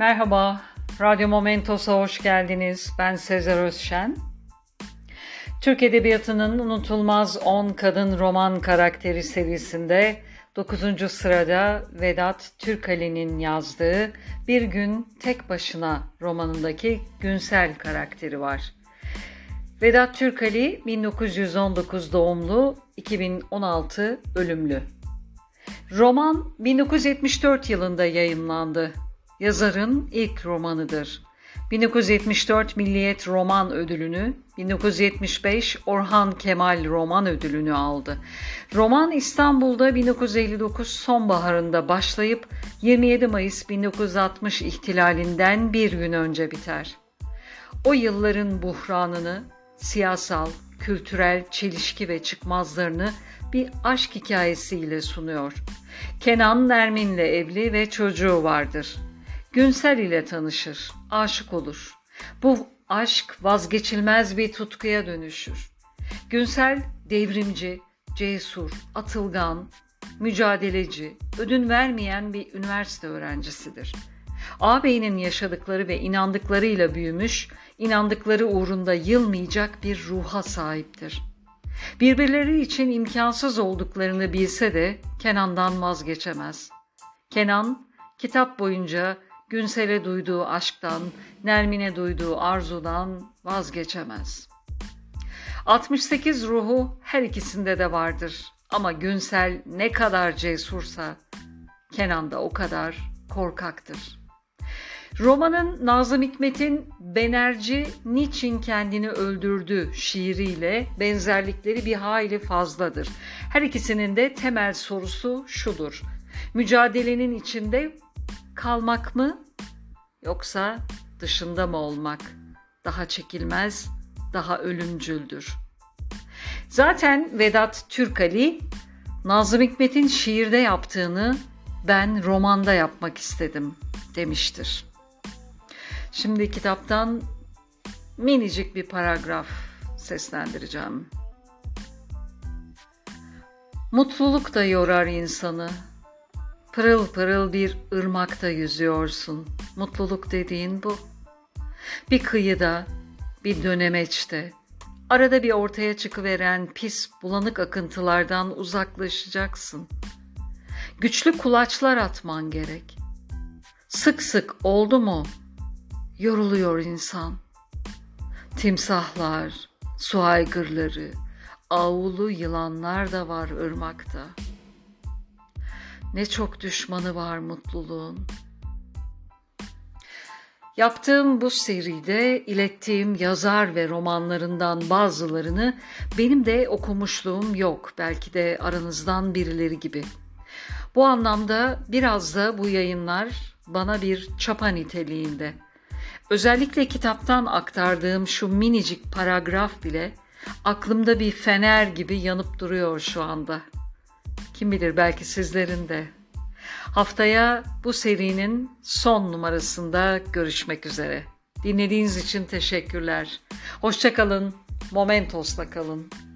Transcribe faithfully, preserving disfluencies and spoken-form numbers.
Merhaba, Radyo Momentos'a hoş geldiniz. Ben Sezer Özşen. Türk Edebiyatı'nın unutulmaz on kadın roman karakteri serisinde dokuzuncu sırada Vedat Türkali'nin yazdığı Bir Gün Tek Başına romanındaki Günsel karakteri var. Vedat Türkali bin dokuz yüz on dokuz doğumlu, iki bin on altı ölümlü. Roman bin dokuz yüz yetmiş dört yılında yayımlandı. Yazarın ilk romanıdır. bin dokuz yüz yetmiş dört Milliyet Roman Ödülünü, bin dokuz yüz yetmiş beş Orhan Kemal Roman Ödülünü aldı. Roman İstanbul'da bin dokuz yüz elli dokuz sonbaharında başlayıp yirmi yedi Mayıs bin dokuz yüz altmış ihtilalinden bir gün önce biter. O yılların buhranını, siyasal, kültürel çelişki ve çıkmazlarını bir aşk hikayesiyle sunuyor. Kenan Nermin'le evli ve çocuğu vardır. Günsel ile tanışır, aşık olur. Bu aşk vazgeçilmez bir tutkuya dönüşür. Günsel devrimci, cesur, atılgan, mücadeleci, ödün vermeyen bir üniversite öğrencisidir. Ağabeyinin yaşadıkları ve inandıklarıyla büyümüş, inandıkları uğrunda yılmayacak bir ruha sahiptir. Birbirleri için imkansız olduklarını bilse de Kenan'dan vazgeçemez. Kenan, kitap boyunca Günsel'e duyduğu aşktan, Nermin'e duyduğu arzudan vazgeçemez. altmış sekiz ruhu her ikisinde de vardır ama Günsel ne kadar cesursa Kenan da o kadar korkaktır. Romanın Nazım Hikmet'in Benerci niçin kendini öldürdü şiiriyle benzerlikleri bir hayli fazladır. Her ikisinin de temel sorusu şudur: mücadelenin içinde kalmak mı yoksa dışında mı olmak? Daha çekilmez, daha ölümcüldür. Zaten Vedat Türkali Nazım Hikmet'in şiirde yaptığını ben romanda yapmak istedim demiştir. Şimdi kitaptan minicik bir paragraf seslendireceğim. Mutluluk da yorar insanı. Pırıl pırıl bir ırmakta yüzüyorsun. Mutluluk dediğin bu. Bir kıyıda, bir dönemeçte, arada bir ortaya çıkıveren pis bulanık akıntılardan uzaklaşacaksın. Güçlü kulaçlar atman gerek. Sık sık oldu mu yoruluyor insan. Timsahlar, su aygırları, ağulu yılanlar da var ırmakta. Ne çok düşmanı var mutluluğun. Yaptığım bu seride ilettiğim yazar ve romanlarından bazılarını benim de okumuşluğum yok. Belki de aranızdan birileri gibi. Bu anlamda biraz da bu yayınlar bana bir çapa niteliğinde. Özellikle kitaptan aktardığım şu minicik paragraf bile aklımda bir fener gibi yanıp duruyor şu anda. Kim bilir belki sizlerin de. Haftaya bu serinin son numarasında görüşmek üzere. Dinlediğiniz için teşekkürler. Hoşça kalın, Momentos'la kalın.